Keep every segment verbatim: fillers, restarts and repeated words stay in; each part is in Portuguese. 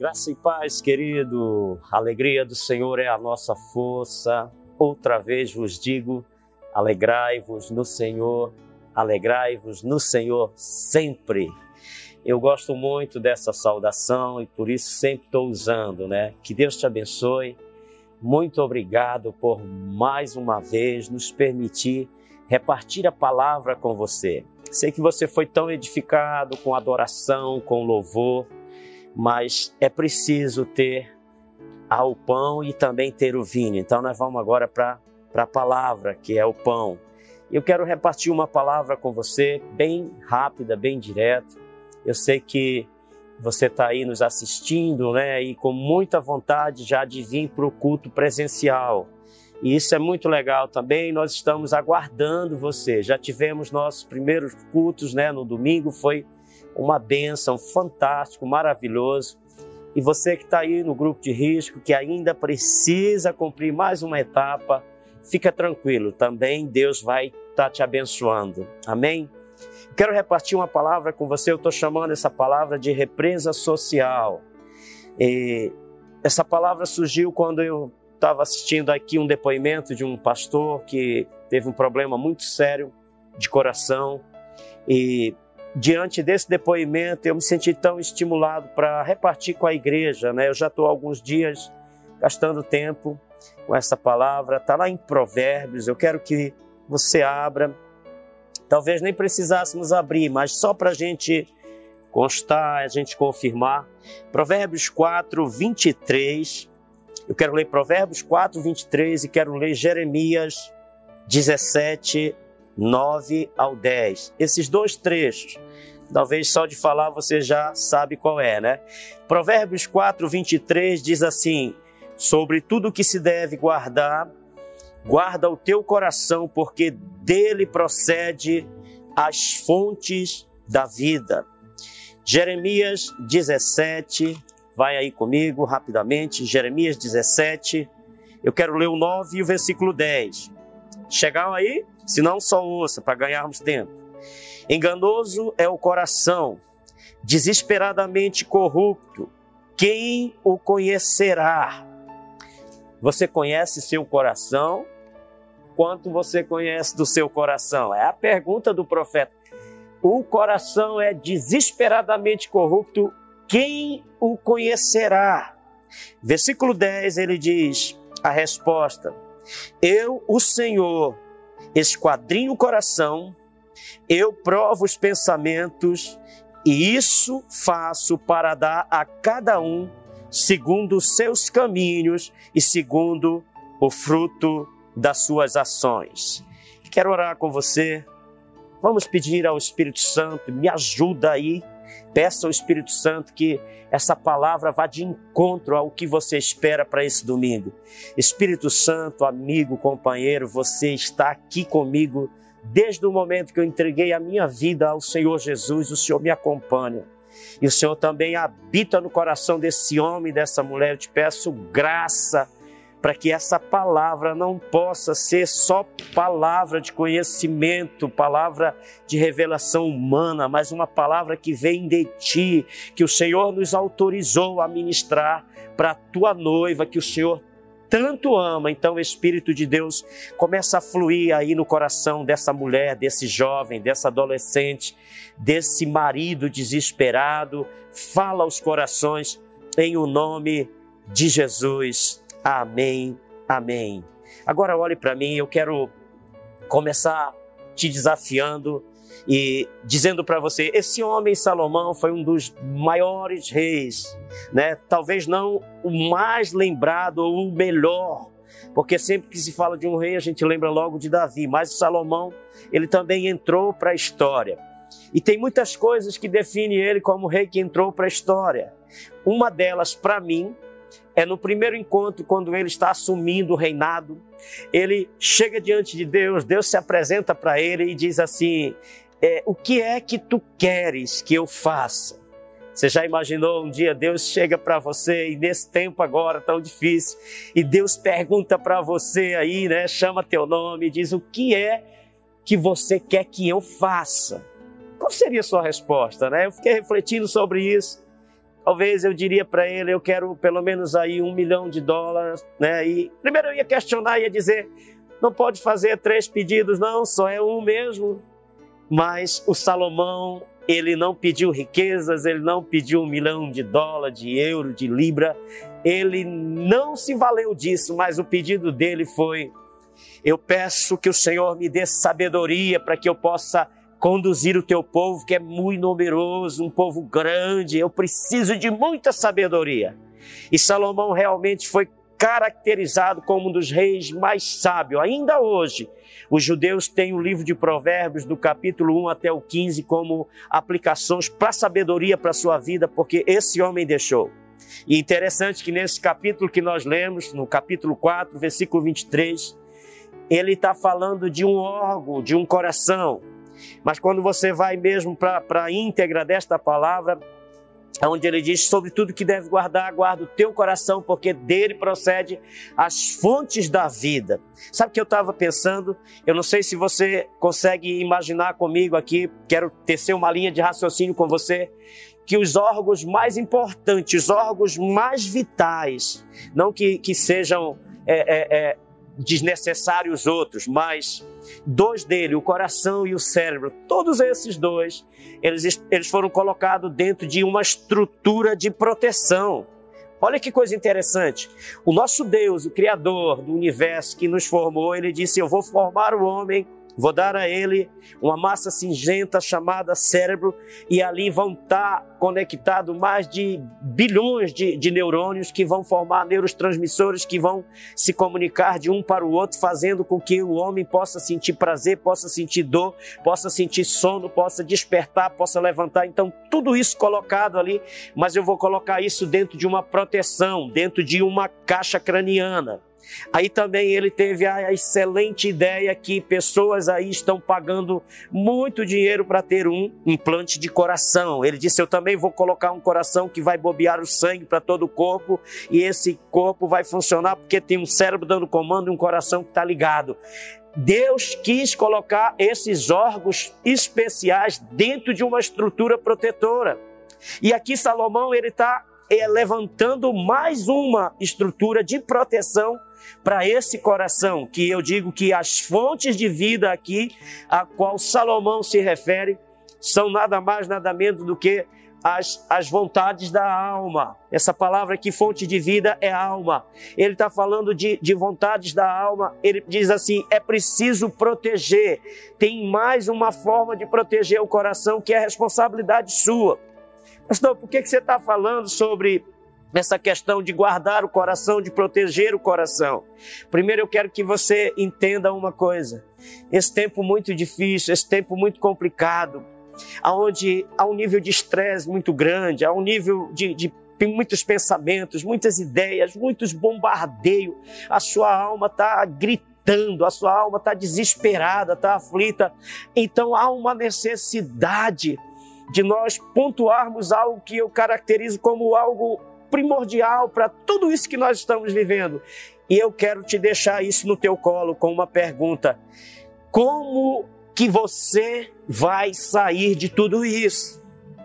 Graça e paz, querido. A alegria do Senhor é a nossa força. Outra vez vos digo, alegrai-vos no Senhor, alegrai-vos no Senhor sempre. Eu gosto muito dessa saudação e por isso sempre estou usando, né? Que Deus te abençoe. Muito obrigado por mais uma vez nos permitir repartir a palavra com você. Sei que você foi tão edificado com adoração, com louvor, mas é preciso ter o pão e também ter o vinho. Então nós vamos agora para a palavra, que é o pão. Eu quero repartir uma palavra com você, bem rápida, bem direta. Eu sei que você está aí nos assistindo, né? E com muita vontade já de vir para o culto presencial. E isso é muito legal também, nós estamos aguardando você. Já tivemos nossos primeiros cultos, né? No domingo, foi uma bênção, fantástico, maravilhoso. E você que está aí no grupo de risco, que ainda precisa cumprir mais uma etapa, fica tranquilo, também Deus vai estar te abençoando. Amém? Quero repartir uma palavra com você, eu estou chamando essa palavra de represa social. E essa palavra surgiu quando eu estava assistindo aqui um depoimento de um pastor que teve um problema muito sério de coração. E diante desse depoimento, eu me senti tão estimulado para repartir com a igreja, né? Eu já estou há alguns dias gastando tempo com essa palavra, está lá em Provérbios, eu quero que você abra. Talvez nem precisássemos abrir, mas só para a gente constar, a gente confirmar. Provérbios quatro, vinte e três. Eu quero ler Provérbios quatro, vinte e três e quero ler Jeremias dezessete, nove ao dez. Esses dois trechos, talvez só de falar você já sabe qual é, né? Provérbios quatro, vinte e três diz assim: sobre tudo que se deve guardar, guarda o teu coração, porque dele procede as fontes da vida. Jeremias dezessete, vai aí comigo rapidamente, Jeremias dezessete, eu quero ler o nove e o versículo dez. Chegaram aí? Se não, só ouça, para ganharmos tempo. Enganoso é o coração, desesperadamente corrupto, quem o conhecerá? Você conhece seu coração? Quanto você conhece do seu coração? É a pergunta do profeta. O coração é desesperadamente corrupto, quem o conhecerá? Versículo dez, ele diz a resposta: eu, o Senhor, esquadrinho o coração, eu provo os pensamentos, e isso faço para dar a cada um segundo os seus caminhos e segundo o fruto das suas ações. Quero orar com você. Vamos pedir ao Espírito Santo, me ajuda aí. Peça ao Espírito Santo que essa palavra vá de encontro ao que você espera para esse domingo. Espírito Santo, amigo, companheiro, você está aqui comigo desde o momento que eu entreguei a minha vida ao Senhor Jesus. O Senhor me acompanha. E o Senhor também habita no coração desse homem e dessa mulher. Eu te peço graça para que essa palavra não possa ser só palavra de conhecimento, palavra de revelação humana, mas uma palavra que vem de Ti, que o Senhor nos autorizou a ministrar para a Tua noiva, que o Senhor tanto ama. Então o Espírito de Deus começa a fluir aí no coração dessa mulher, desse jovem, dessa adolescente, desse marido desesperado. Fala aos corações em o nome de Jesus. Amém, amém. Agora olhe para mim, eu quero começar te desafiando e dizendo para você, esse homem Salomão foi um dos maiores reis, né? Talvez não o mais lembrado ou o melhor, porque sempre que se fala de um rei a gente lembra logo de Davi, mas o Salomão, ele também entrou para a história. E tem muitas coisas que definem ele como rei que entrou para a história. Uma delas, para mim, é no primeiro encontro, quando ele está assumindo o reinado, ele chega diante de Deus, Deus se apresenta para ele e diz assim, é, o que é que tu queres que eu faça? Você já imaginou um dia Deus chega para você e nesse tempo agora tão difícil, e Deus pergunta para você aí, né, chama teu nome e diz, o que é que você quer que eu faça? Qual seria a sua resposta, né? Eu fiquei refletindo sobre isso. talvez eu diria para ele, eu quero pelo menos aí um milhão de dólares, né? E primeiro eu ia questionar, ia dizer, não pode fazer três pedidos, não, só é um mesmo. Mas o Salomão, ele não pediu riquezas, ele não pediu um milhão de dólares, de euro, de libra. Ele não se valeu disso, mas o pedido dele foi, eu peço que o Senhor me dê sabedoria para que eu possa conduzir o teu povo, que é muito numeroso, um povo grande, eu preciso de muita sabedoria. E Salomão realmente foi caracterizado como um dos reis mais sábios. Ainda hoje, os judeus têm o livro de Provérbios, do capítulo um até o quinze, como aplicações para a sabedoria para a sua vida, porque esse homem deixou. E interessante que nesse capítulo que nós lemos, no capítulo quatro, versículo vinte e três, ele está falando de um órgão, de um coração. Mas quando você vai mesmo para a íntegra desta palavra, onde ele diz, sobre tudo que deve guardar, guarda o teu coração, porque dele procede as fontes da vida. Sabe o que eu estava pensando? Eu não sei se você consegue imaginar comigo aqui, quero tecer uma linha de raciocínio com você, que os órgãos mais importantes, os órgãos mais vitais, não que, que sejam é, é, é, desnecessários outros, mas dois dele, o coração e o cérebro, todos esses dois, eles, eles foram colocados dentro de uma estrutura de proteção. Olha que coisa interessante. O nosso Deus, o Criador do universo que nos formou, ele disse, eu vou formar o homem, vou dar a ele uma massa cinzenta chamada cérebro, e ali vão estar conectados mais de bilhões de, de neurônios que vão formar neurotransmissores que vão se comunicar de um para o outro, fazendo com que o homem possa sentir prazer, possa sentir dor, possa sentir sono, possa despertar, possa levantar. Então, tudo isso colocado ali, mas eu vou colocar isso dentro de uma proteção, dentro de uma caixa craniana. Aí também ele teve a excelente ideia que pessoas aí estão pagando muito dinheiro para ter um implante de coração. Ele disse, eu também vou colocar um coração que vai bombear o sangue para todo o corpo, e esse corpo vai funcionar porque tem um cérebro dando comando e um coração que está ligado. Deus quis colocar esses órgãos especiais dentro de uma estrutura protetora. E aqui Salomão ele está é, levantando mais uma estrutura de proteção para esse coração, que eu digo que as fontes de vida aqui, a qual Salomão se refere, são nada mais, nada menos do que as, as vontades da alma. Essa palavra aqui, fonte de vida, é alma. Ele está falando de, de vontades da alma. Ele diz assim, é preciso proteger. Tem mais uma forma de proteger o coração, que é a responsabilidade sua. Pastor, por que, que você está falando sobre essa questão de guardar o coração, de proteger o coração? Primeiro eu quero que você entenda uma coisa. Esse tempo muito difícil, esse tempo muito complicado, onde há um nível de estresse muito grande, há um nível de, de muitos pensamentos, muitas ideias, muitos bombardeios, a sua alma está gritando, a sua alma está desesperada, está aflita. Então há uma necessidade de nós pontuarmos algo que eu caracterizo como algo primordial para tudo isso que nós estamos vivendo. E eu quero te deixar isso no teu colo com uma pergunta. Como que você vai sair de tudo isso?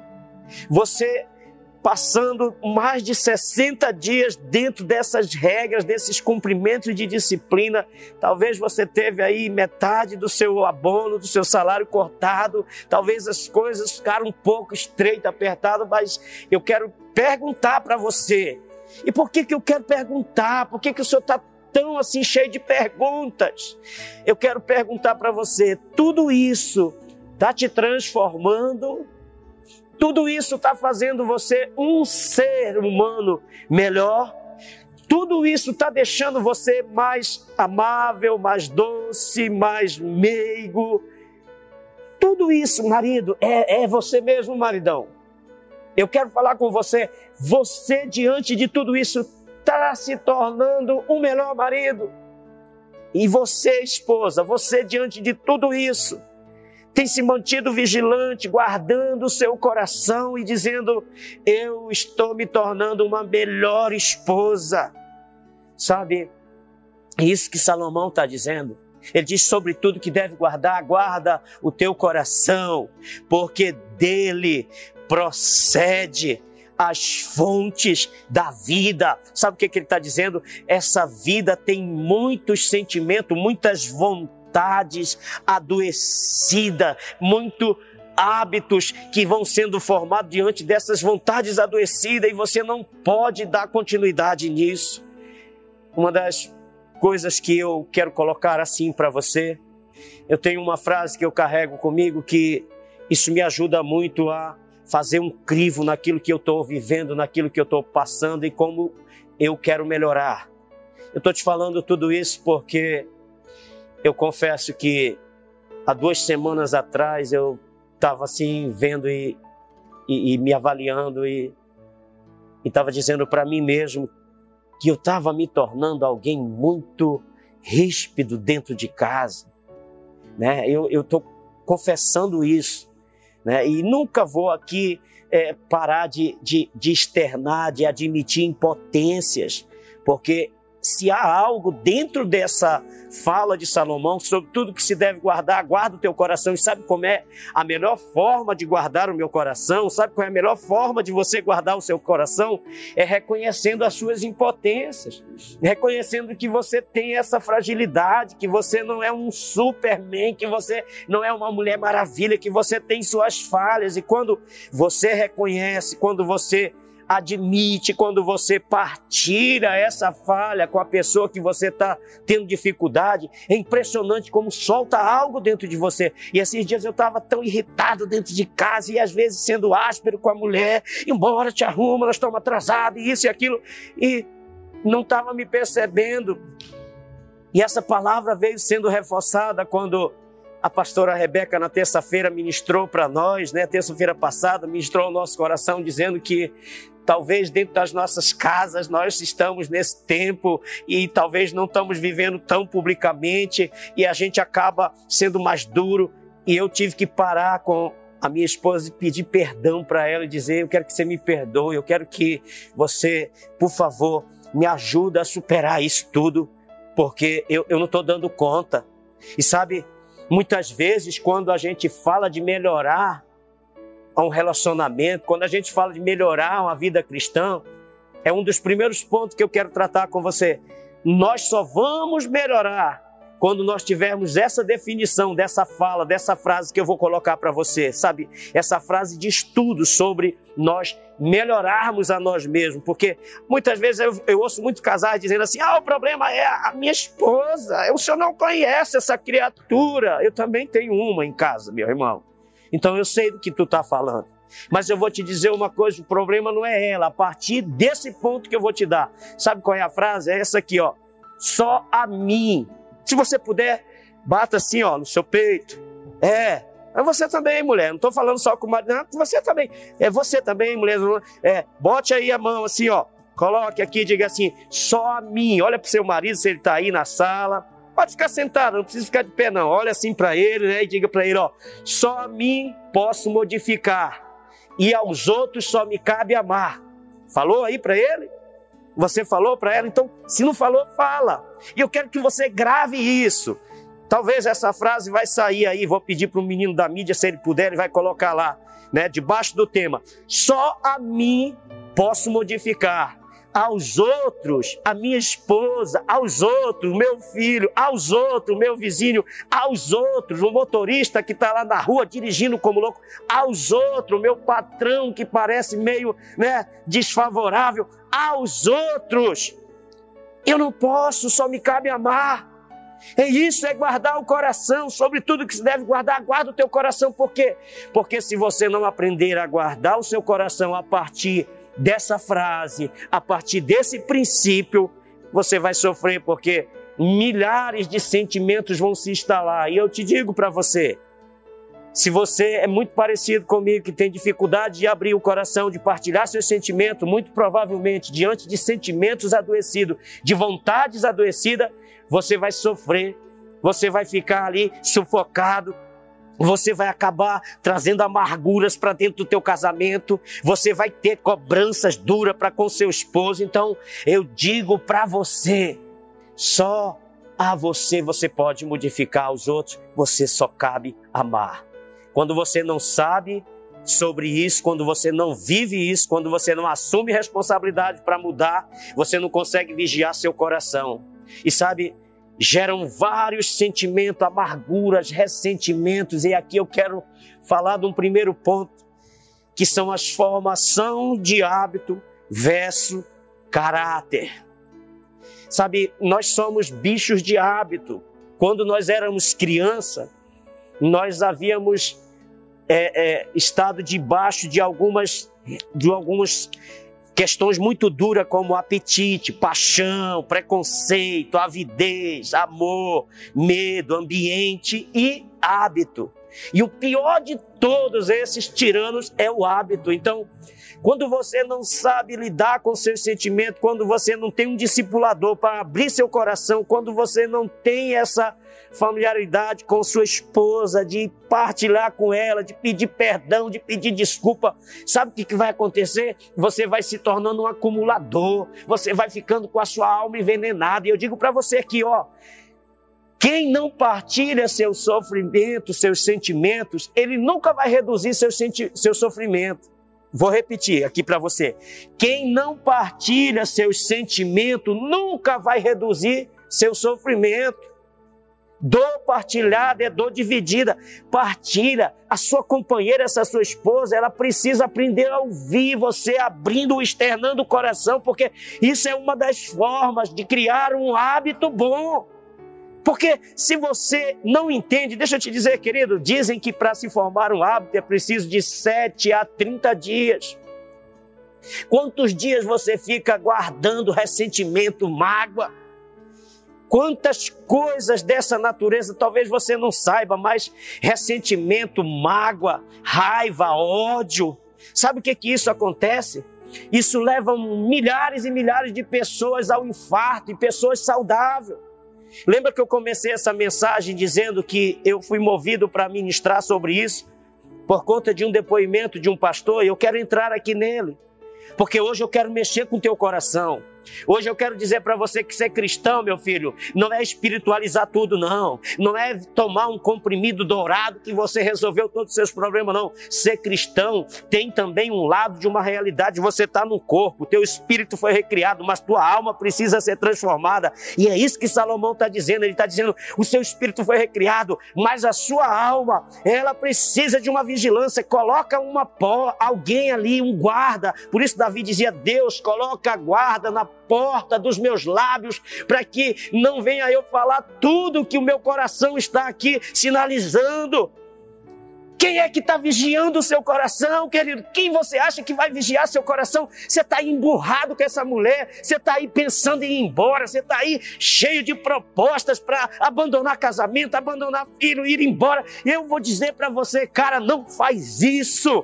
Você passando mais de sessenta dias dentro dessas regras, desses cumprimentos de disciplina, talvez você teve aí metade do seu abono, do seu salário cortado, talvez as coisas ficaram um pouco estreitas, apertadas, mas eu quero perguntar para você. E por que que eu quero perguntar? Por que que o senhor está tão assim cheio de perguntas? Eu quero perguntar para você, tudo isso está te transformando? Tudo isso está fazendo você um ser humano melhor? Tudo isso está deixando você mais amável, mais doce, mais meigo? Tudo isso, marido, é, é você mesmo, maridão. Eu quero falar com você, você diante de tudo isso está se tornando um melhor marido. E você, esposa, você diante de tudo isso, tem se mantido vigilante, guardando o seu coração e dizendo, eu estou me tornando uma melhor esposa. Sabe, é isso que Salomão está dizendo. Ele diz, sobre tudo que deve guardar, guarda o teu coração, porque dele procede as fontes da vida. Sabe o que, que ele está dizendo? Essa vida tem muitos sentimentos, muitas vontades adoecidas, muito hábitos que vão sendo formados diante dessas vontades adoecidas, e você não pode dar continuidade nisso. Uma das coisas que eu quero colocar assim para você, eu tenho uma frase que eu carrego comigo, que isso me ajuda muito a fazer um crivo naquilo que eu estou vivendo, naquilo que eu estou passando e como eu quero melhorar. Eu estou te falando tudo isso porque eu confesso que há duas semanas atrás eu estava assim vendo e, e, e me avaliando e estava dizendo para mim mesmo que eu estava me tornando alguém muito ríspido dentro de casa, né? Eu estou confessando isso, né? E nunca vou aqui é, parar de, de, de externar, de admitir impotências, porque se há algo dentro dessa fala de Salomão sobre tudo que se deve guardar, guarda o teu coração. E sabe como é a melhor forma de guardar o meu coração? Sabe qual é a melhor forma de você guardar o seu coração? É reconhecendo as suas impotências, reconhecendo que você tem essa fragilidade, que você não é um Superman, que você não é uma Mulher Maravilha, que você tem suas falhas. E quando você reconhece, quando você admite, quando você partilha essa falha com a pessoa que você está tendo dificuldade, é impressionante como solta algo dentro de você. E esses dias eu estava tão irritado dentro de casa e às vezes sendo áspero com a mulher, embora te arruma, nós estamos atrasados, isso e aquilo, e não estava me percebendo. E essa palavra veio sendo reforçada quando a pastora Rebeca, na terça-feira, ministrou para nós, né? Terça-feira passada, ministrou ao nosso coração, dizendo que talvez dentro das nossas casas nós estamos nesse tempo e talvez não estamos vivendo tão publicamente e a gente acaba sendo mais duro. E eu tive que parar com a minha esposa e pedir perdão para ela e dizer: eu quero que você me perdoe, eu quero que você, por favor, me ajude a superar isso tudo, porque eu, eu não estou dando conta. E sabe, muitas vezes quando a gente fala de melhorar um relacionamento, quando a gente fala de melhorar uma vida cristã, é um dos primeiros pontos que eu quero tratar com você. Nós só vamos melhorar quando nós tivermos essa definição dessa fala, dessa frase que eu vou colocar para você, sabe? Essa frase de estudo sobre nós melhorarmos a nós mesmos, porque muitas vezes eu, eu ouço muitos casais dizendo assim: ah, o problema é a minha esposa, o senhor não conhece essa criatura. Eu também tenho uma em casa, meu irmão. Então eu sei do que tu está falando. Mas eu vou te dizer uma coisa, o problema não é ela. A partir desse ponto que eu vou te dar, sabe qual é a frase? É essa aqui, ó. Só a mim. Se você puder, bata assim, ó, no seu peito. É, é você também, mulher. Não estou falando só com o marido, não, você também. É você também, mulher. É, bote aí a mão assim, ó. Coloque aqui, diga assim: só a mim. Olha para o seu marido, se ele está aí na sala. Pode ficar sentado, não precisa ficar de pé não. Olha assim para ele, né, e diga para ele, ó: só a mim posso modificar e aos outros só me cabe amar. Falou aí para ele? Você falou para ela? Então, se não falou, fala. E eu quero que você grave isso. Talvez essa frase vai sair aí, vou pedir para o menino da mídia, se ele puder, ele vai colocar lá, né, debaixo do tema: só a mim posso modificar. Aos outros, a minha esposa, aos outros, meu filho, aos outros, meu vizinho, aos outros, o motorista que está lá na rua dirigindo como louco, aos outros, meu patrão que parece meio, né, desfavorável, aos outros. Eu não posso, só me cabe amar. É isso, é guardar o coração. Sobre tudo que se deve guardar, guarda o teu coração. Por quê? Porque se você não aprender a guardar o seu coração a partir dessa frase, a partir desse princípio, você vai sofrer, porque milhares de sentimentos vão se instalar. E eu te digo para você, se você é muito parecido comigo, que tem dificuldade de abrir o coração, de partilhar seus sentimentos, muito provavelmente diante de sentimentos adoecidos, de vontades adoecidas, você vai sofrer, você vai ficar ali sufocado, você vai acabar trazendo amarguras para dentro do teu casamento, você vai ter cobranças duras para com seu esposo. Então eu digo para você, só a você você pode modificar os outros, você só cabe amar. Quando você não sabe sobre isso, quando você não vive isso, quando você não assume responsabilidade para mudar, você não consegue vigiar seu coração. E sabe, geram vários sentimentos, amarguras, ressentimentos. E aqui eu quero falar de um primeiro ponto, que são as formação de hábito versus caráter. Sabe, nós somos bichos de hábito. Quando nós éramos criança, nós havíamos é, é, estado debaixo de algumas, de algumas questões muito duras, como apetite, paixão, preconceito, avidez, amor, medo, ambiente e hábito. E o pior de todos esses tiranos é o hábito. Então, quando você não sabe lidar com seus sentimentos, quando você não tem um discipulador para abrir seu coração, quando você não tem essa familiaridade com sua esposa, de partilhar com ela, de pedir perdão, de pedir desculpa, sabe o que, que vai acontecer? Você vai se tornando um acumulador, você vai ficando com a sua alma envenenada. E eu digo para você aqui, ó, quem não partilha seu sofrimento, seus sentimentos, ele nunca vai reduzir seu, senti- seu sofrimento. Vou repetir aqui para você. Quem não partilha seus sentimentos, nunca vai reduzir seu sofrimento. Dor partilhada é dor dividida. Partilha. A sua companheira, essa sua esposa, ela precisa aprender a ouvir você, abrindo, externando o coração, porque isso é uma das formas de criar um hábito bom. Porque se você não entende, deixa eu te dizer, querido, dizem que para se formar um hábito é preciso de sete a trinta dias. Quantos dias você fica guardando ressentimento, mágoa? Quantas coisas dessa natureza talvez você não saiba, mas ressentimento, mágoa, raiva, ódio. Sabe o que que isso acontece? Isso leva milhares e milhares de pessoas ao infarto, e pessoas saudáveis. Lembra que eu comecei essa mensagem dizendo que eu fui movido para ministrar sobre isso por conta de um depoimento de um pastor, e eu quero entrar aqui nele, porque hoje eu quero mexer com o teu coração. Hoje eu quero dizer para você que ser cristão, meu filho, não é espiritualizar tudo, não. Não é tomar um comprimido dourado que você resolveu todos os seus problemas, não. Ser cristão tem também um lado de uma realidade. Você está no corpo, teu espírito foi recriado, mas tua alma precisa ser transformada. E é isso que Salomão está dizendo. Ele está dizendo, o seu espírito foi recriado, mas a sua alma, ela precisa de uma vigilância. Coloca uma pó, alguém ali, um guarda. Por isso Davi dizia, Deus, coloca a guarda na porta dos meus lábios, para que não venha eu falar tudo que o meu coração está aqui sinalizando. Quem é que está vigiando o seu coração, querido? Quem você acha que vai vigiar seu coração? Você está aí emburrado com essa mulher, você está aí pensando em ir embora, você está aí cheio de propostas para abandonar casamento, abandonar filho, ir embora. Eu vou dizer para você, cara, não faz isso.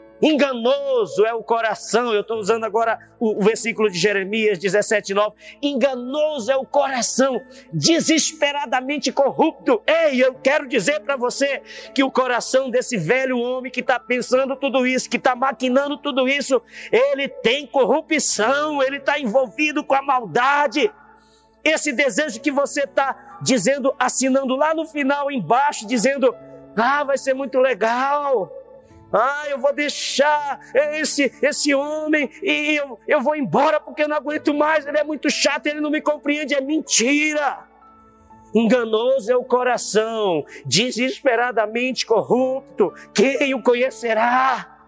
Enganoso é o coração. Eu estou usando agora o, o versículo de Jeremias dezessete, nove. Enganoso é o coração, desesperadamente corrupto. Ei, eu quero dizer para você que o coração desse velho homem que está pensando tudo isso, que está maquinando tudo isso, ele tem corrupção, ele está envolvido com a maldade. Esse desejo que você está dizendo, assinando lá no final, embaixo, dizendo, ah, vai ser muito legal. Ah, eu vou deixar esse, esse homem e eu, eu vou embora porque eu não aguento mais, ele é muito chato, ele não me compreende, é mentira. Enganoso é o coração, desesperadamente corrupto, quem o conhecerá?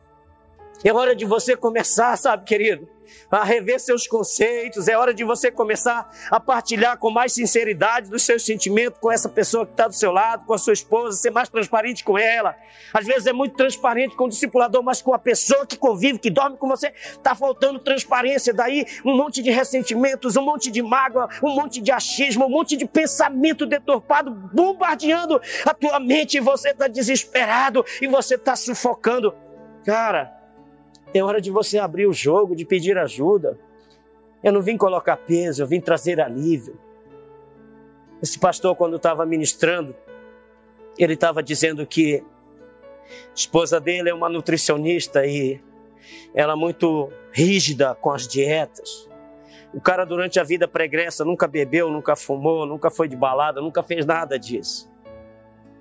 É hora de você começar, sabe, querido, a rever seus conceitos. É hora de você começar a partilhar com mais sinceridade dos seus sentimentos com essa pessoa que está do seu lado, com a sua esposa, ser mais transparente com ela. Às vezes é muito transparente com o discipulador, mas com a pessoa que convive, que dorme com você, está faltando transparência. Daí um monte de ressentimentos, um monte de mágoa, um monte de achismo, um monte de pensamento deturpado bombardeando a tua mente, e você está desesperado e você está sufocando. Cara, é hora de você abrir o jogo, de pedir ajuda. Eu não vim colocar peso, eu vim trazer alívio. Esse pastor, quando estava ministrando, ele estava dizendo que a esposa dele é uma nutricionista e ela é muito rígida com as dietas. O cara, durante a vida pregressa, nunca bebeu, nunca fumou, nunca foi de balada, nunca fez nada disso.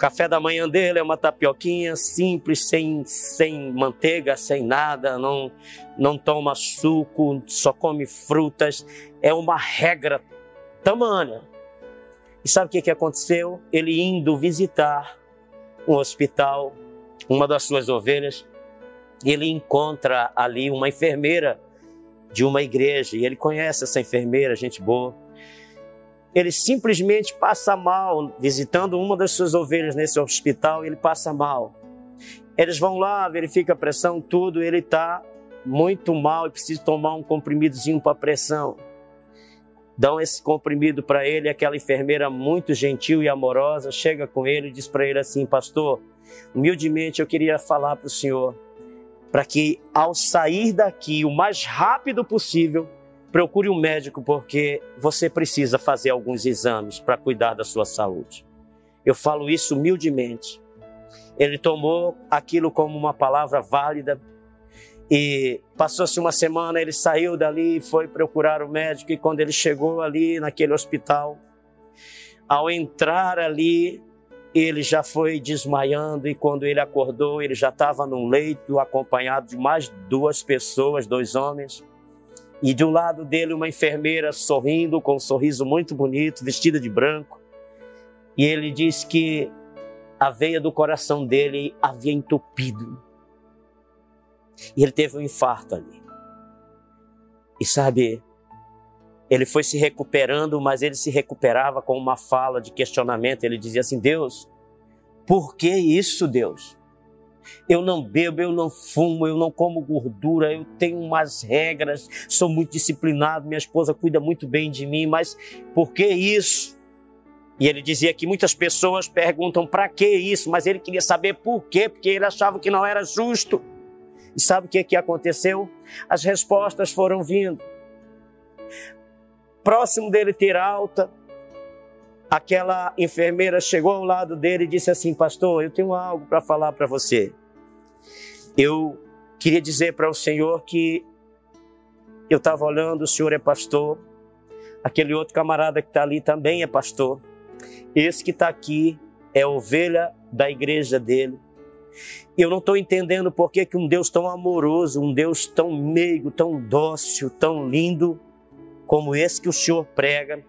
café da manhã dele é uma tapioquinha simples, sem, sem manteiga, sem nada, não, não toma suco, só come frutas. É uma regra tamanha. E sabe o que, que aconteceu? Ele indo visitar um hospital, uma das suas ovelhas, ele encontra ali uma enfermeira de uma igreja, e ele conhece essa enfermeira, gente boa. Ele simplesmente passa mal, visitando uma das suas ovelhas nesse hospital, ele passa mal. Eles vão lá, verificam a pressão, tudo, ele está muito mal e precisa tomar um comprimidozinho para a pressão. Dão esse comprimido para ele, aquela enfermeira muito gentil e amorosa chega com ele e diz para ele assim: pastor, humildemente eu queria falar para o senhor, para que ao sair daqui o mais rápido possível, procure um médico, porque você precisa fazer alguns exames para cuidar da sua saúde. Eu falo isso humildemente. Ele tomou aquilo como uma palavra válida e passou-se uma semana, ele saiu dali e foi procurar o médico, e quando ele chegou ali naquele hospital, ao entrar ali, ele já foi desmaiando, e quando ele acordou, ele já estava num leito acompanhado de mais duas pessoas, dois homens. E de um lado dele uma enfermeira sorrindo, com um sorriso muito bonito, vestida de branco. E ele diz que a veia do coração dele havia entupido. E ele teve um infarto ali. E sabe, ele foi se recuperando, mas ele se recuperava com uma fala de questionamento. Ele dizia assim: Deus, por que isso, Deus? Eu não bebo, eu não fumo, eu não como gordura, eu tenho umas regras, sou muito disciplinado, minha esposa cuida muito bem de mim, mas por que isso? E ele dizia que muitas pessoas perguntam para que isso, mas ele queria saber por quê, porque ele achava que não era justo. E sabe o que, que aconteceu? As respostas foram vindo. Próximo dele ter alta, aquela enfermeira chegou ao lado dele e disse assim: pastor, eu tenho algo para falar para você. Eu queria dizer para o senhor que eu estava olhando, o senhor é pastor, aquele outro camarada que está ali também é pastor, esse que está aqui é ovelha da igreja dele. Eu não estou entendendo por que que um Deus tão amoroso, um Deus tão meigo, tão dócil, tão lindo, como esse que o senhor prega,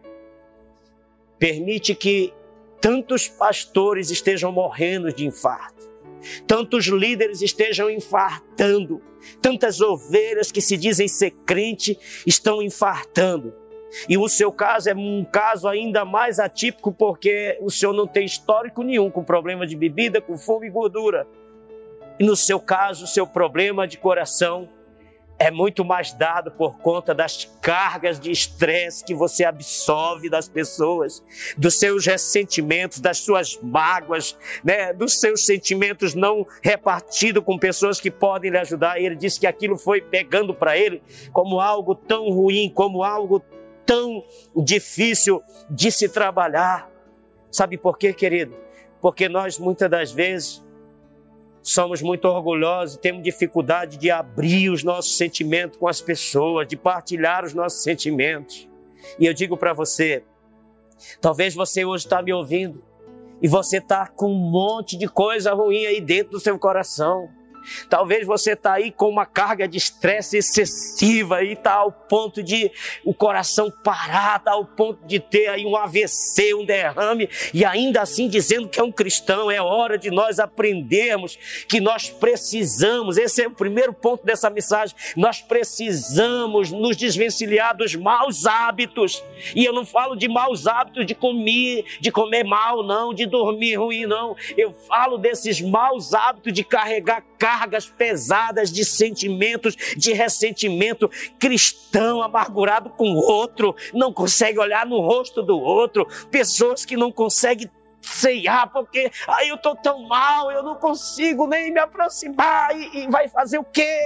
permite que tantos pastores estejam morrendo de infarto, tantos líderes estejam infartando, tantas ovelhas que se dizem ser crente estão infartando. E o seu caso é um caso ainda mais atípico, porque o senhor não tem histórico nenhum com problema de bebida, com fumo e gordura. E no seu caso, o seu problema de coração é muito mais dado por conta das cargas de estresse que você absorve das pessoas, dos seus ressentimentos, das suas mágoas, né? Dos seus sentimentos não repartidos com pessoas que podem lhe ajudar. E ele disse que aquilo foi pegando para ele como algo tão ruim, como algo tão difícil de se trabalhar. Sabe por quê, querido? Porque nós muitas das vezes somos muito orgulhosos, temos dificuldade de abrir os nossos sentimentos com as pessoas, de partilhar os nossos sentimentos. E eu digo para você, talvez você hoje está me ouvindo e você está com um monte de coisa ruim aí dentro do seu coração. Talvez você está aí com uma carga de estresse excessiva e está ao ponto de o coração parar, está ao ponto de ter aí um A V C, um derrame, e ainda assim dizendo que é um cristão. É hora de nós aprendermos que nós precisamos, esse é o primeiro ponto dessa mensagem, nós precisamos nos desvencilhar dos maus hábitos. E eu não falo de maus hábitos de comer, de comer mal, não, de dormir ruim, não. Eu falo desses maus hábitos de carregar cargas pesadas de sentimentos, de ressentimento. Cristão amargurado com o outro, não consegue olhar no rosto do outro, pessoas que não conseguem ceiar porque aí eu estou tão mal, eu não consigo nem me aproximar, e, e vai fazer o quê?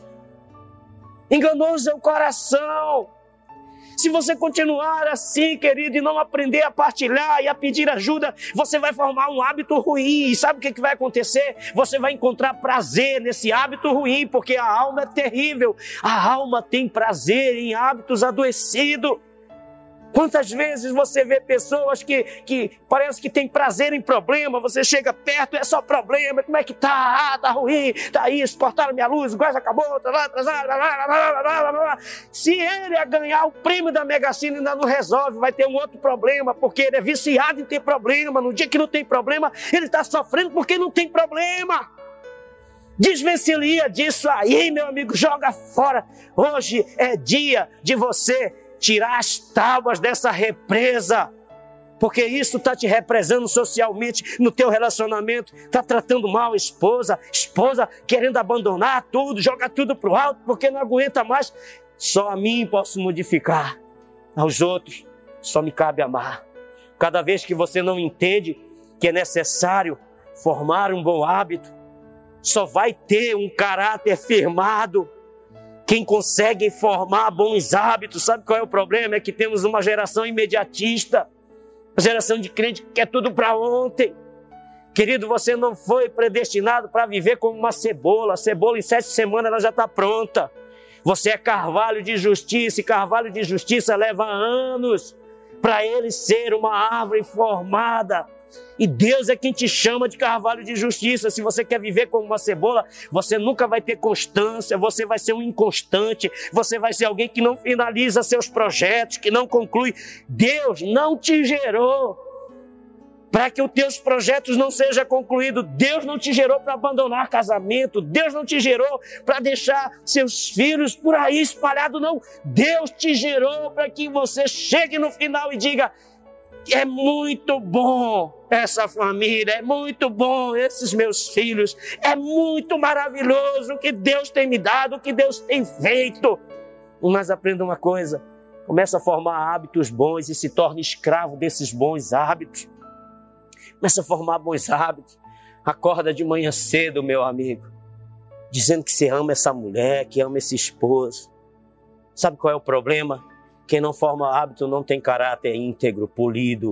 Enganou seu coração. Se você continuar assim, querido, e não aprender a partilhar e a pedir ajuda, você vai formar um hábito ruim. E sabe o que, que vai acontecer? Você vai encontrar prazer nesse hábito ruim, porque a alma é terrível. A alma tem prazer em hábitos adoecidos. Quantas vezes você vê pessoas que, que parece que tem prazer em problema, você chega perto, é só problema, como é que tá? Ah, tá ruim, tá isso, cortaram minha luz, o gás acabou, tá lá, tá lá. Se ele a ganhar o prêmio da Mega Sena ainda não resolve, vai ter um outro problema, porque ele é viciado em ter problema. No dia que não tem problema, ele está sofrendo porque não tem problema. Desvencilha disso aí, meu amigo, joga fora. Hoje é dia de você tirar as tábuas dessa represa, porque isso está te represando socialmente no teu relacionamento, está tratando mal a esposa, esposa querendo abandonar tudo, jogar tudo para o alto, porque não aguenta mais. Só a mim posso modificar, aos outros só me cabe amar. Cada vez que você não entende que é necessário formar um bom hábito, só vai ter um caráter firmado quem consegue formar bons hábitos. Sabe qual é o problema? É que temos uma geração imediatista, uma geração de crente que quer tudo para ontem. Querido, você não foi predestinado para viver como uma cebola. A cebola em sete semanas ela já está pronta. Você é carvalho de justiça, e carvalho de justiça leva anos para ele ser uma árvore formada. E Deus é quem te chama de carvalho de justiça. Se você quer viver como uma cebola, você nunca vai ter constância, você vai ser um inconstante, você vai ser alguém que não finaliza seus projetos, que não conclui. Deus não te gerou para que os teus projetos não sejam concluídos. Deus não te gerou para abandonar casamento. Deus não te gerou para deixar seus filhos por aí espalhados, não. Deus te gerou para que você chegue no final e diga: é muito bom essa família, é muito bom esses meus filhos, é muito maravilhoso o que Deus tem me dado, o que Deus tem feito. Mas aprenda uma coisa, começa a formar hábitos bons e se torne escravo desses bons hábitos. Começa a formar bons hábitos. Acorda de manhã cedo, meu amigo, dizendo que você ama essa mulher, que ama esse esposo. Sabe qual é o problema? Quem não forma hábito não tem caráter íntegro, polido.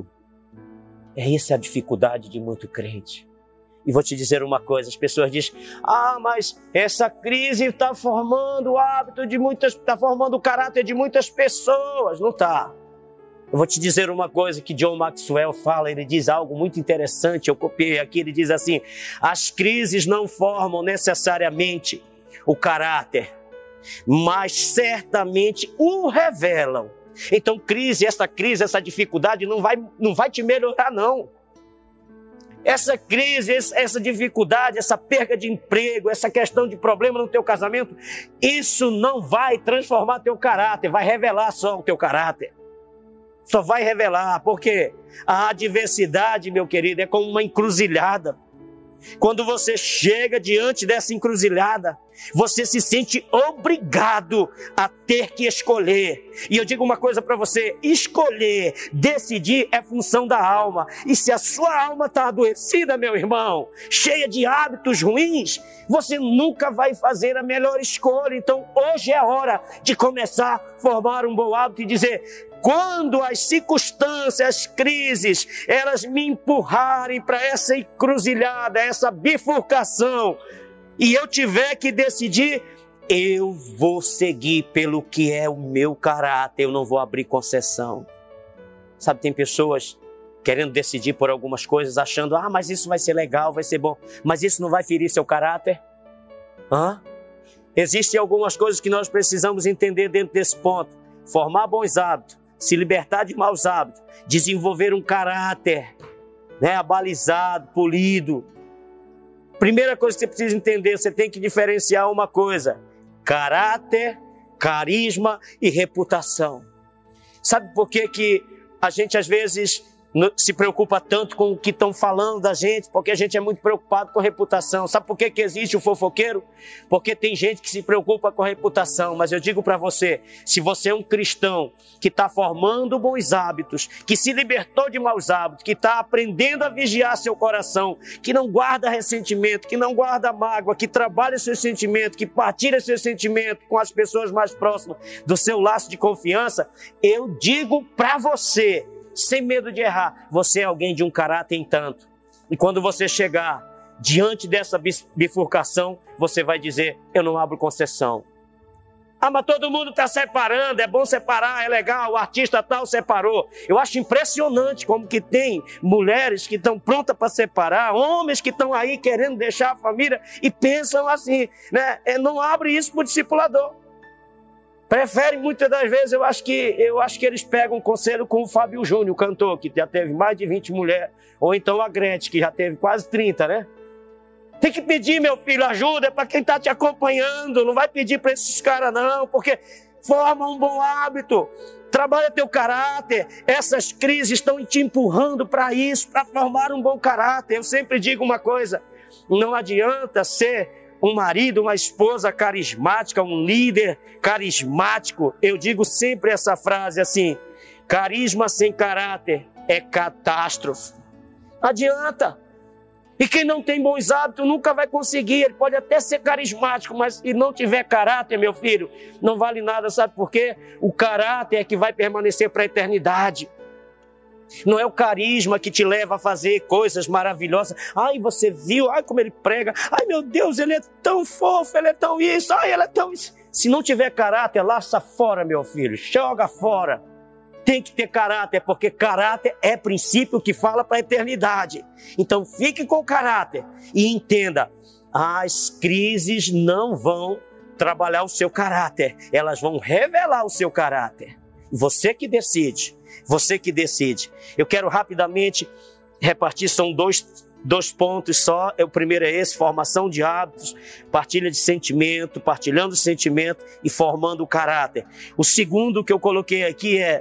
É essa a dificuldade de muito crente. E vou te dizer uma coisa, as pessoas dizem: ah, mas essa crise está formando o hábito de muitas, está formando o caráter de muitas pessoas. Não está. Eu vou te dizer uma coisa que John Maxwell fala, ele diz algo muito interessante, eu copiei aqui, ele diz assim: as crises não formam necessariamente o caráter, mas certamente o revelam. Então crise, essa crise, essa dificuldade não vai, não vai te melhorar, não. Essa crise, essa dificuldade, essa perda de emprego, essa questão de problema no teu casamento, isso não vai transformar teu caráter, vai revelar só o teu caráter. Só vai revelar, porque a adversidade, meu querido, é como uma encruzilhada. Quando você chega diante dessa encruzilhada, você se sente obrigado a ter que escolher. E eu digo uma coisa para você: escolher, decidir é função da alma. E se a sua alma está adoecida, meu irmão, cheia de hábitos ruins, você nunca vai fazer a melhor escolha. Então hoje é a hora de começar a formar um bom hábito e dizer: quando as circunstâncias, as crises, elas me empurrarem para essa encruzilhada, essa bifurcação, e eu tiver que decidir, eu vou seguir pelo que é o meu caráter, eu não vou abrir concessão. Sabe, tem pessoas querendo decidir por algumas coisas, achando: ah, mas isso vai ser legal, vai ser bom, mas isso não vai ferir seu caráter? Hã? Existem algumas coisas que nós precisamos entender dentro desse ponto. Formar bons hábitos, se libertar de maus hábitos, desenvolver um caráter, né, abalizado, polido. Primeira coisa que você precisa entender, você tem que diferenciar uma coisa: caráter, carisma e reputação. Sabe por que que a gente às vezes se preocupa tanto com o que estão falando da gente? Porque a gente é muito preocupado com a reputação. Sabe por que que existe o fofoqueiro? Porque tem gente que se preocupa com a reputação. Mas eu digo para você, se você é um cristão que está formando bons hábitos, que se libertou de maus hábitos, que está aprendendo a vigiar seu coração, que não guarda ressentimento, que não guarda mágoa, que trabalha seus sentimentos, que partilha seus sentimentos com as pessoas mais próximas do seu laço de confiança, eu digo para você, sem medo de errar, você é alguém de um caráter em tanto. E quando você chegar diante dessa bifurcação, você vai dizer: eu não abro concessão. Ah, mas todo mundo está separando, é bom separar, é legal, o artista tal separou. Eu acho impressionante como que tem mulheres que estão prontas para separar, homens que estão aí querendo deixar a família e pensam assim, né? É, não abre isso para o discipulador. Preferem muitas das vezes, eu acho que eu acho que eles pegam um conselho com o Fábio Júnior, o cantor, que já teve mais de vinte mulheres, ou então a Gretchen, que já teve quase trinta, né? Tem que pedir, meu filho, ajuda, é para quem está te acompanhando. Não vai pedir para esses caras, não, porque forma um bom hábito. Trabalha teu caráter. Essas crises estão te empurrando para isso, para formar um bom caráter. Eu sempre digo uma coisa: não adianta ser um marido, uma esposa carismática, um líder carismático. Eu digo sempre essa frase assim: carisma sem caráter é catástrofe. Não adianta. E quem não tem bons hábitos nunca vai conseguir. Ele pode até ser carismático, mas se não tiver caráter, meu filho, não vale nada. Sabe por quê? O caráter é que vai permanecer para a eternidade. Não é o carisma que te leva a fazer coisas maravilhosas. Ai, você viu? Ai, como ele prega. Ai, meu Deus, ele é tão fofo, ele é tão isso. Ai, ele é tão isso. Se não tiver caráter, laça fora, meu filho. Joga fora. Tem que ter caráter, porque caráter é princípio que fala para a eternidade. Então fique com caráter e entenda, as crises não vão trabalhar o seu caráter, elas vão revelar o seu caráter. Você que decide, você que decide. Eu quero rapidamente repartir, são dois, dois pontos só. O primeiro é esse: formação de hábitos, partilha de sentimento, partilhando sentimento e formando o caráter. O segundo que eu coloquei aqui é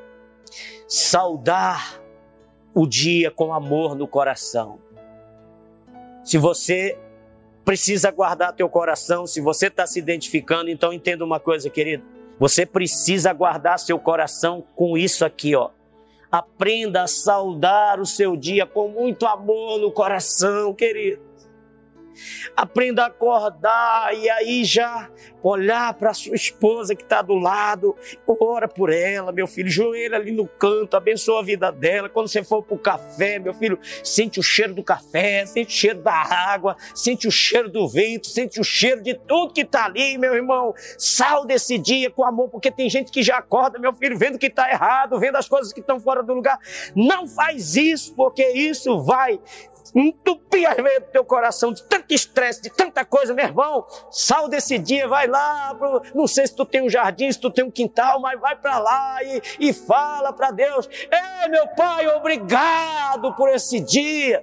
saudar o dia com amor no coração. Se você precisa guardar teu coração, se você está se identificando, então entenda uma coisa, querido. Você precisa guardar seu coração com isso aqui, ó. Aprenda a saudar o seu dia com muito amor no coração, querido. Aprenda a acordar e aí já olhar para a sua esposa que está do lado, ora por ela, meu filho, joelha ali no canto, abençoa a vida dela. Quando você for para o café, meu filho, sente o cheiro do café, sente o cheiro da água, sente o cheiro do vento, sente o cheiro de tudo que está ali, meu irmão. Salve esse dia com amor, porque tem gente que já acorda, meu filho, vendo que está errado, vendo as coisas que estão fora do lugar. Não faz isso, porque isso vai entupir as veias do teu coração de tanto estresse, de tanta coisa, meu irmão. Sal desse dia, vai lá, pro, não sei se tu tem um jardim, se tu tem um quintal, mas vai para lá e, e fala para Deus: ei, meu Pai, obrigado por esse dia.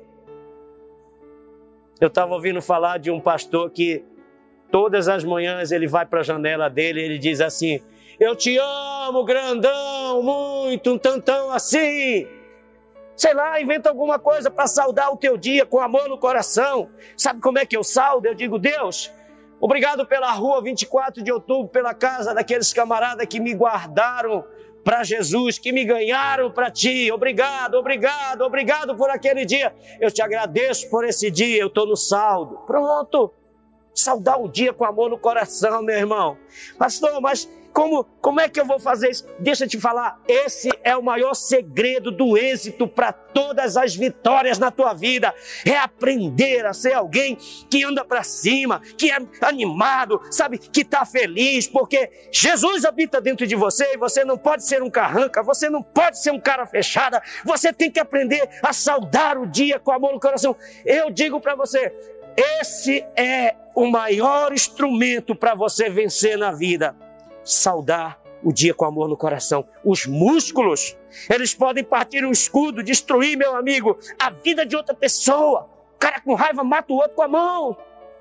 Eu estava ouvindo falar de um pastor que todas as manhãs ele vai para a janela dele e ele diz assim: eu te amo, grandão, muito, um tantão assim. Sei lá, inventa alguma coisa para saudar o teu dia com amor no coração. Sabe como é que eu saldo? Eu digo: Deus, obrigado pela rua vinte e quatro de outubro, pela casa daqueles camaradas que me guardaram para Jesus, que me ganharam para ti. Obrigado, obrigado, obrigado por aquele dia. Eu te agradeço por esse dia, eu estou no saldo. Pronto. Saudar o dia com amor no coração, meu irmão. Pastor, mas como, como é que eu vou fazer isso? Deixa eu te falar, esse é o maior segredo do êxito para todas as vitórias na tua vida. É aprender a ser alguém que anda para cima, que é animado, sabe, que está feliz, porque Jesus habita dentro de você e você não pode ser um carranca, você não pode ser um cara fechada, você tem que aprender a saudar o dia com amor no coração. Eu digo para você, esse é o maior instrumento para você vencer na vida. Saudar o dia com amor no coração. Os músculos, eles podem partir um escudo, destruir, meu amigo, a vida de outra pessoa. O cara com raiva mata o outro com a mão.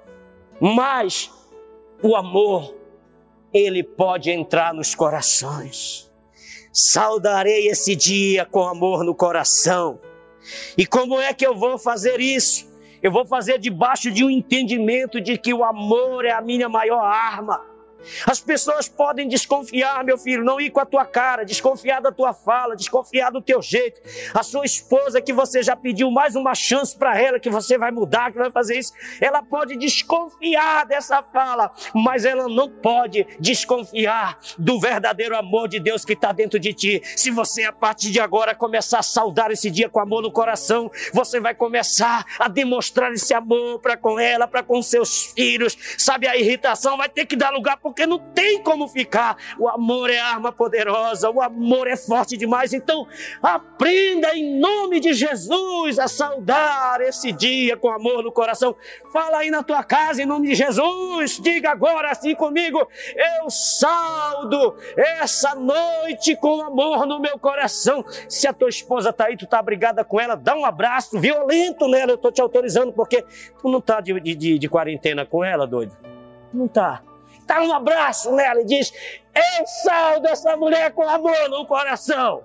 Mas o amor, ele pode entrar nos corações. Saudarei esse dia com amor no coração. E como é que eu vou fazer isso? Eu vou fazer debaixo de um entendimento de que o amor é a minha maior arma. As pessoas podem desconfiar, meu filho, não ir com a tua cara, desconfiar da tua fala, desconfiar do teu jeito. A sua esposa, que você já pediu mais uma chance para ela, que você vai mudar, que vai fazer isso, ela pode desconfiar dessa fala, mas ela não pode desconfiar do verdadeiro amor de Deus que está dentro de ti. Se você, a partir de agora, começar a saudar esse dia com amor no coração, você vai começar a demonstrar esse amor para com ela, para com seus filhos. Sabe, a irritação vai ter que dar lugar para porque não tem como ficar. O amor é arma poderosa, o amor é forte demais. Então, aprenda em nome de Jesus a saudar esse dia com amor no coração. Fala aí na tua casa em nome de Jesus. Diga agora assim comigo: eu saldo essa noite com amor no meu coração. Se a tua esposa está aí, tu está brigada com ela, dá um abraço violento nela. Eu estou te autorizando porque tu não está de, de, de quarentena com ela, doido? Não está. Dá um abraço nela e diz: eu saldo essa mulher com amor no coração.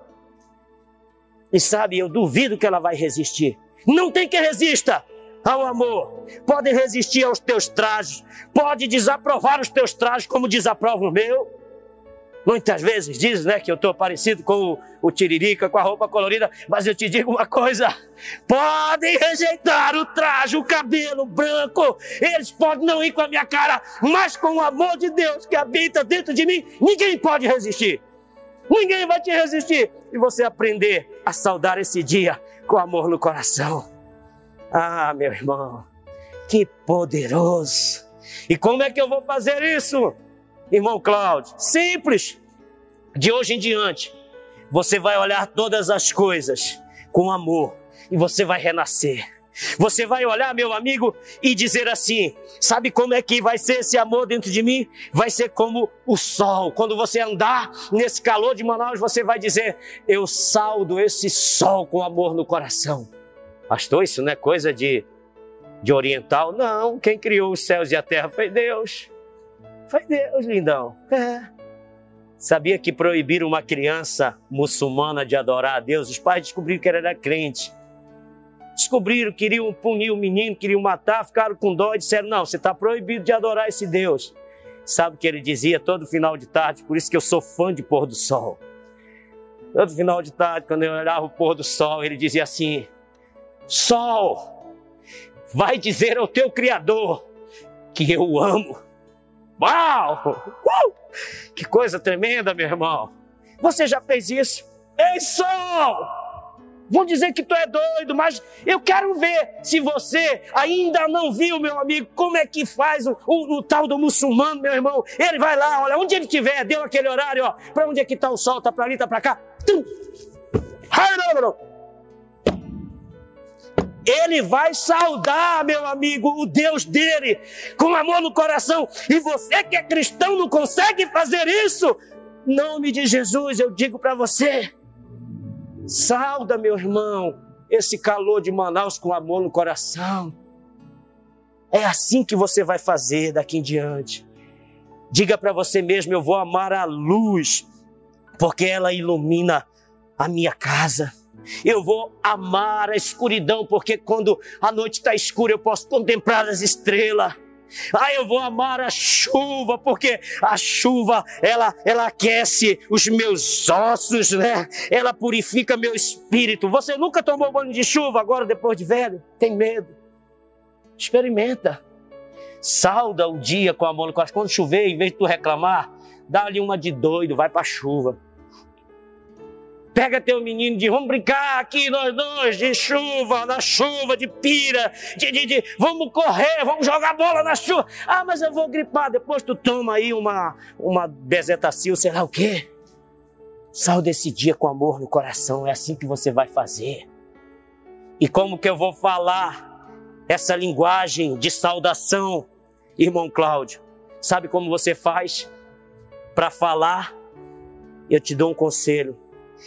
E sabe, eu duvido que ela vai resistir. Não tem que resista ao amor. Pode resistir aos teus trajes, pode desaprovar os teus trajes como desaprova o meu. Muitas vezes diz, né, que eu estou parecido com o, o Tiririca, com a roupa colorida, mas eu te digo uma coisa: podem rejeitar o traje, o cabelo branco, eles podem não ir com a minha cara, mas com o amor de Deus que habita dentro de mim, ninguém pode resistir. Ninguém vai te resistir. E você aprender a saudar esse dia com amor no coração. Ah, meu irmão, que poderoso! E como é que eu vou fazer isso? Irmão Cláudio, simples. De hoje em diante, você vai olhar todas as coisas com amor e você vai renascer. Você vai olhar, meu amigo, e dizer assim: sabe como é que vai ser esse amor dentro de mim? Vai ser como o sol. Quando você andar nesse calor de Manaus, você vai dizer: eu saldo esse sol com amor no coração. Pastor, isso não é coisa de, de oriental? Não, quem criou os céus e a terra foi Deus. Foi Deus, lindão. É. Sabia que proibiram uma criança muçulmana de adorar a Deus? Os pais descobriram que ele era crente. Descobriram, queriam punir o menino, queriam matar, ficaram com dó e disseram: não, você está proibido de adorar esse Deus. Sabe o que ele dizia todo final de tarde? Por isso que eu sou fã de pôr do sol. Todo final de tarde, quando eu olhava o pôr do sol, ele dizia assim: sol, vai dizer ao teu Criador que eu o amo. Uau! Uh! Que coisa tremenda, meu irmão. Você já fez isso? Ei, sol! Vão dizer que tu é doido, mas eu quero ver se você ainda não viu, meu amigo, como é que faz o, o, o tal do muçulmano, meu irmão. Ele vai lá, olha, onde ele estiver, deu aquele horário, ó, para onde é que está o sol, está para ali, está para cá. Tum! Ele vai saudar, meu amigo, o Deus dele, com amor no coração. E você que é cristão não consegue fazer isso? Em nome de Jesus, eu digo para você: sauda, meu irmão, esse calor de Manaus com amor no coração. É assim que você vai fazer daqui em diante. Diga para você mesmo: eu vou amar a luz, porque ela ilumina a minha casa. Eu vou amar a escuridão, porque quando a noite está escura eu posso contemplar as estrelas. Ah, eu vou amar a chuva, porque a chuva, ela, ela aquece os meus ossos, né? Ela purifica meu espírito. Você nunca tomou banho de chuva agora, depois de velho? Tem medo? Experimenta. Sauda o dia com amor no coração. Quando chover, em vez de tu reclamar, dá-lhe uma de doido, vai para a chuva. Pega teu menino e diz: vamos brincar aqui nós dois, de chuva, na chuva, de pira, de, de, de, vamos correr, vamos jogar bola na chuva. Ah, mas eu vou gripar. Depois tu toma aí uma, uma bezetacil, sei lá o quê. Salda esse dia com amor no coração, é assim que você vai fazer. E como que eu vou falar essa linguagem de saudação, irmão Cláudio? Sabe como você faz? Para falar, eu te dou um conselho: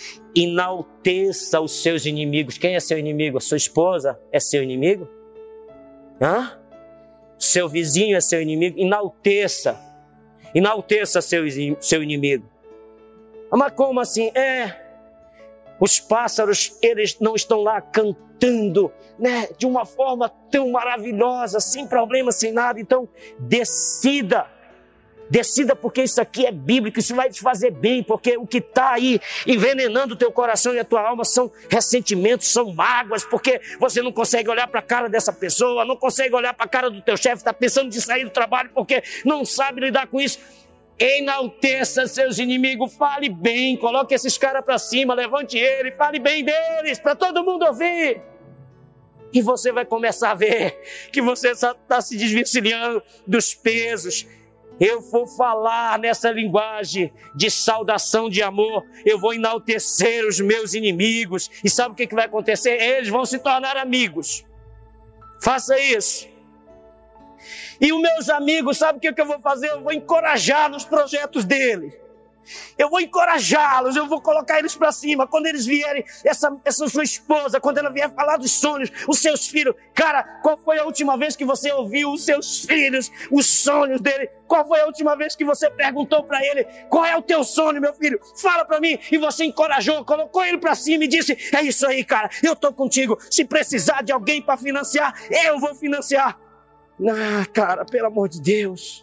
enalteça os seus inimigos. Quem é seu inimigo? A sua esposa é seu inimigo? Hã? Seu vizinho é seu inimigo? Enalteça. Enalteça seu, seu inimigo. Mas como assim? É, os pássaros, eles não estão lá cantando, né, de uma forma tão maravilhosa, sem problema, sem nada. Então, decida. Decida, porque isso aqui é bíblico, isso vai te fazer bem, porque o que está aí envenenando o teu coração e a tua alma são ressentimentos, são mágoas, porque você não consegue olhar para a cara dessa pessoa, não consegue olhar para a cara do teu chefe, está pensando de sair do trabalho porque não sabe lidar com isso. Enalteça seus inimigos, fale bem, coloque esses caras para cima, levante ele, fale bem deles, para todo mundo ouvir. E você vai começar a ver que você está se desvencilhando dos pesos. eu for falar nessa linguagem de saudação de amor, eu vou enaltecer os meus inimigos. E sabe o que vai acontecer? Eles vão se tornar amigos. Faça isso. E os meus amigos, sabe o que eu vou fazer? Eu vou encorajar nos projetos dele. Eu vou encorajá-los, eu vou colocar eles para cima. Quando eles vierem, essa, essa sua esposa, quando ela vier falar dos sonhos, os seus filhos. Cara, qual foi a última vez que você ouviu os seus filhos, os sonhos dele? Qual foi a última vez que você perguntou para ele, qual é o teu sonho, meu filho? Fala para mim. E você encorajou, colocou ele para cima e disse, é isso aí, cara, eu tô contigo. Se precisar de alguém para financiar, eu vou financiar. Ah, cara, pelo amor de Deus.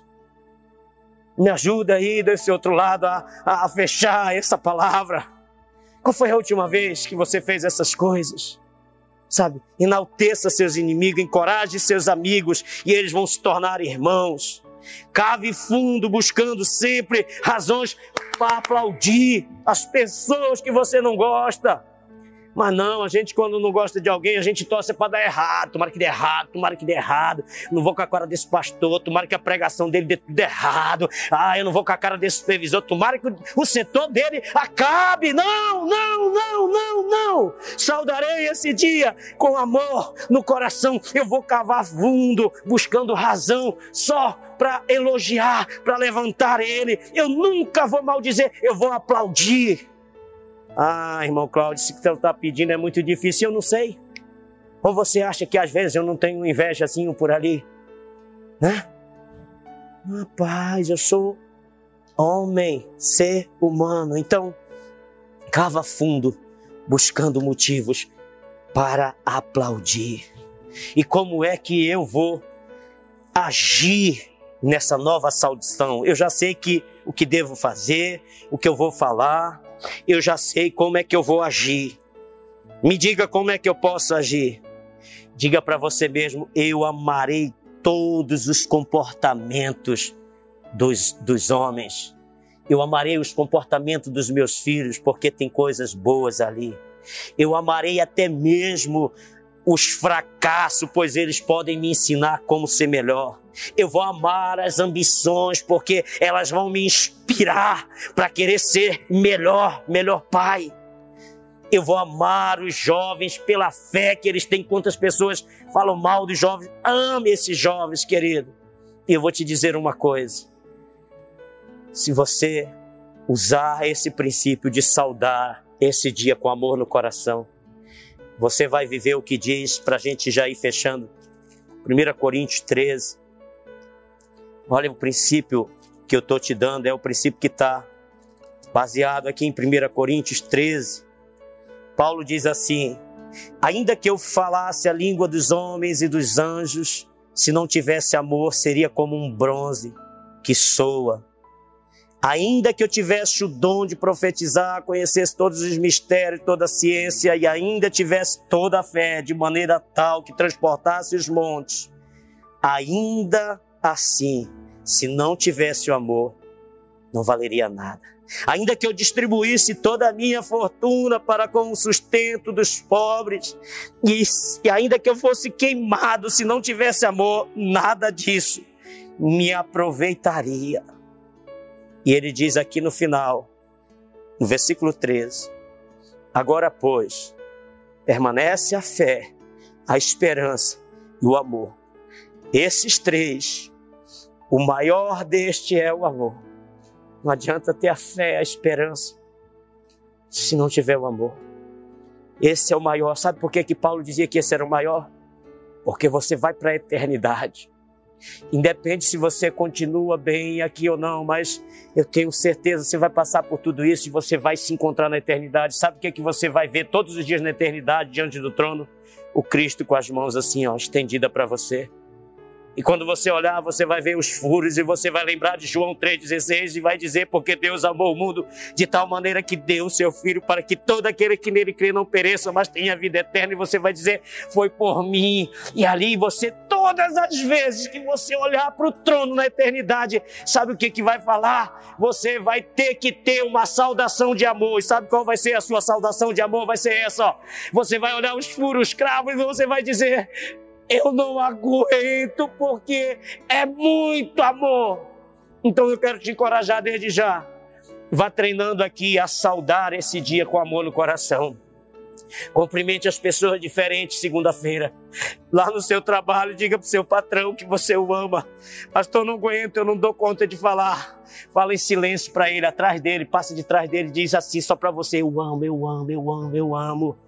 Me ajuda aí desse outro lado a, a fechar essa palavra. Qual foi a última vez que você fez essas coisas? Sabe, enalteça seus inimigos, encoraje seus amigos e eles vão se tornar irmãos. Cave fundo buscando sempre razões para aplaudir as pessoas que você não gosta. Mas não, a gente quando não gosta de alguém, a gente torce para dar errado. Tomara que dê errado, tomara que dê errado. Não vou com a cara desse pastor, tomara que a pregação dele dê tudo errado. Ah, eu não vou com a cara desse supervisor, tomara que o setor dele acabe. Não, não, não, não, não. Saudarei esse dia com amor no coração. Eu vou cavar fundo, buscando razão só para elogiar, para levantar ele. Eu nunca vou maldizer, eu vou aplaudir. Ah, irmão Cláudio, se você está pedindo é muito difícil, eu não sei. Ou você acha que às vezes eu não tenho inveja assim por ali? Né? Rapaz, eu sou homem, ser humano. Então, cava fundo, buscando motivos para aplaudir. E como é que eu vou agir nessa nova saudação? Eu já sei que o que devo fazer, o que eu vou falar. Eu já sei como é que eu vou agir. Me diga como é que eu posso agir. Diga para você mesmo, eu amarei todos os comportamentos dos, dos homens. Eu amarei os comportamentos dos meus filhos, porque tem coisas boas ali. Eu amarei até mesmo os fracassos, pois eles podem me ensinar como ser melhor. Eu vou amar as ambições, porque elas vão me inspirar para querer ser melhor, melhor pai. Eu vou amar os jovens pela fé que eles têm. Quantas pessoas falam mal dos jovens? Ame esses jovens, querido. E eu vou te dizer uma coisa. Se você usar esse princípio de saudar esse dia com amor no coração, você vai viver o que diz para a gente já ir fechando. primeira Coríntios treze. Olha o princípio que eu estou te dando, é o princípio que está baseado aqui em primeira Coríntios treze. Paulo diz assim, ainda que eu falasse a língua dos homens e dos anjos, se não tivesse amor, seria como um bronze que soa. Ainda que eu tivesse o dom de profetizar, conhecesse todos os mistérios, toda a ciência, e ainda tivesse toda a fé, de maneira tal que transportasse os montes, ainda assim, se não tivesse o amor, não valeria nada. Ainda que eu distribuísse toda a minha fortuna para com o sustento dos pobres, e, e ainda que eu fosse queimado, se não tivesse amor, nada disso me aproveitaria. E ele diz aqui no final, no versículo treze, agora, pois, permanece a fé, a esperança e o amor. Esses três, o maior deste é o amor. Não adianta ter a fé, a esperança, se não tiver o amor. Esse é o maior. Sabe por que que Paulo dizia que esse era o maior? Porque você vai para a eternidade. Independe se você continua bem aqui ou não, mas eu tenho certeza que você vai passar por tudo isso e você vai se encontrar na eternidade. Sabe o que, que você vai ver todos os dias na eternidade, diante do trono? O Cristo com as mãos assim, ó, estendida para você. E quando você olhar, você vai ver os furos e você vai lembrar de João três dezesseis e vai dizer, porque Deus amou o mundo de tal maneira que deu o seu Filho para que todo aquele que nele crê não pereça, mas tenha vida eterna. E você vai dizer, foi por mim. E ali você, todas as vezes que você olhar para o trono na eternidade, sabe o que que vai falar? Você vai ter que ter uma saudação de amor. E sabe qual vai ser a sua saudação de amor? Vai ser essa, ó. Você vai olhar os furos, cravos e você vai dizer, eu não aguento porque é muito amor. Então eu quero te encorajar desde já. Vá treinando aqui a saudar esse dia com amor no coração. Cumprimente as pessoas diferentes segunda-feira. Lá no seu trabalho, diga para o seu patrão que você o ama. Pastor, não aguento, eu não dou conta de falar. Fala em silêncio para ele, atrás dele, passa de trás dele, diz assim só para você: eu amo, eu amo, eu amo, eu amo.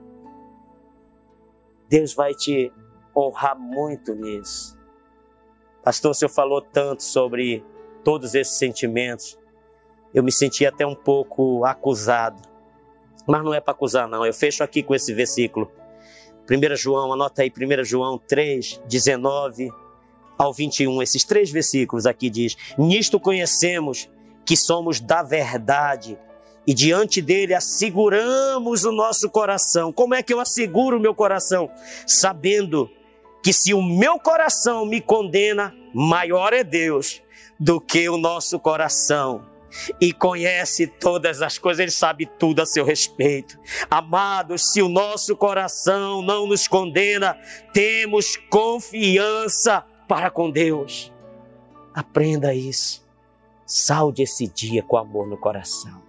Deus vai te honrar muito nisso. Pastor, o senhor falou tanto sobre todos esses sentimentos. Eu me senti até um pouco acusado. Mas não é para acusar, não. Eu fecho aqui com esse versículo. primeiro João, anota aí, primeiro João três, dezenove ao vinte e um. Esses três versículos aqui diz: nisto conhecemos que somos da verdade e diante dele asseguramos o nosso coração. Como é que eu asseguro o meu coração? Sabendo que se o meu coração me condena, maior é Deus do que o nosso coração. E conhece todas as coisas, Ele sabe tudo a seu respeito. Amados, se o nosso coração não nos condena, temos confiança para com Deus. Aprenda isso. Salde esse dia com amor no coração.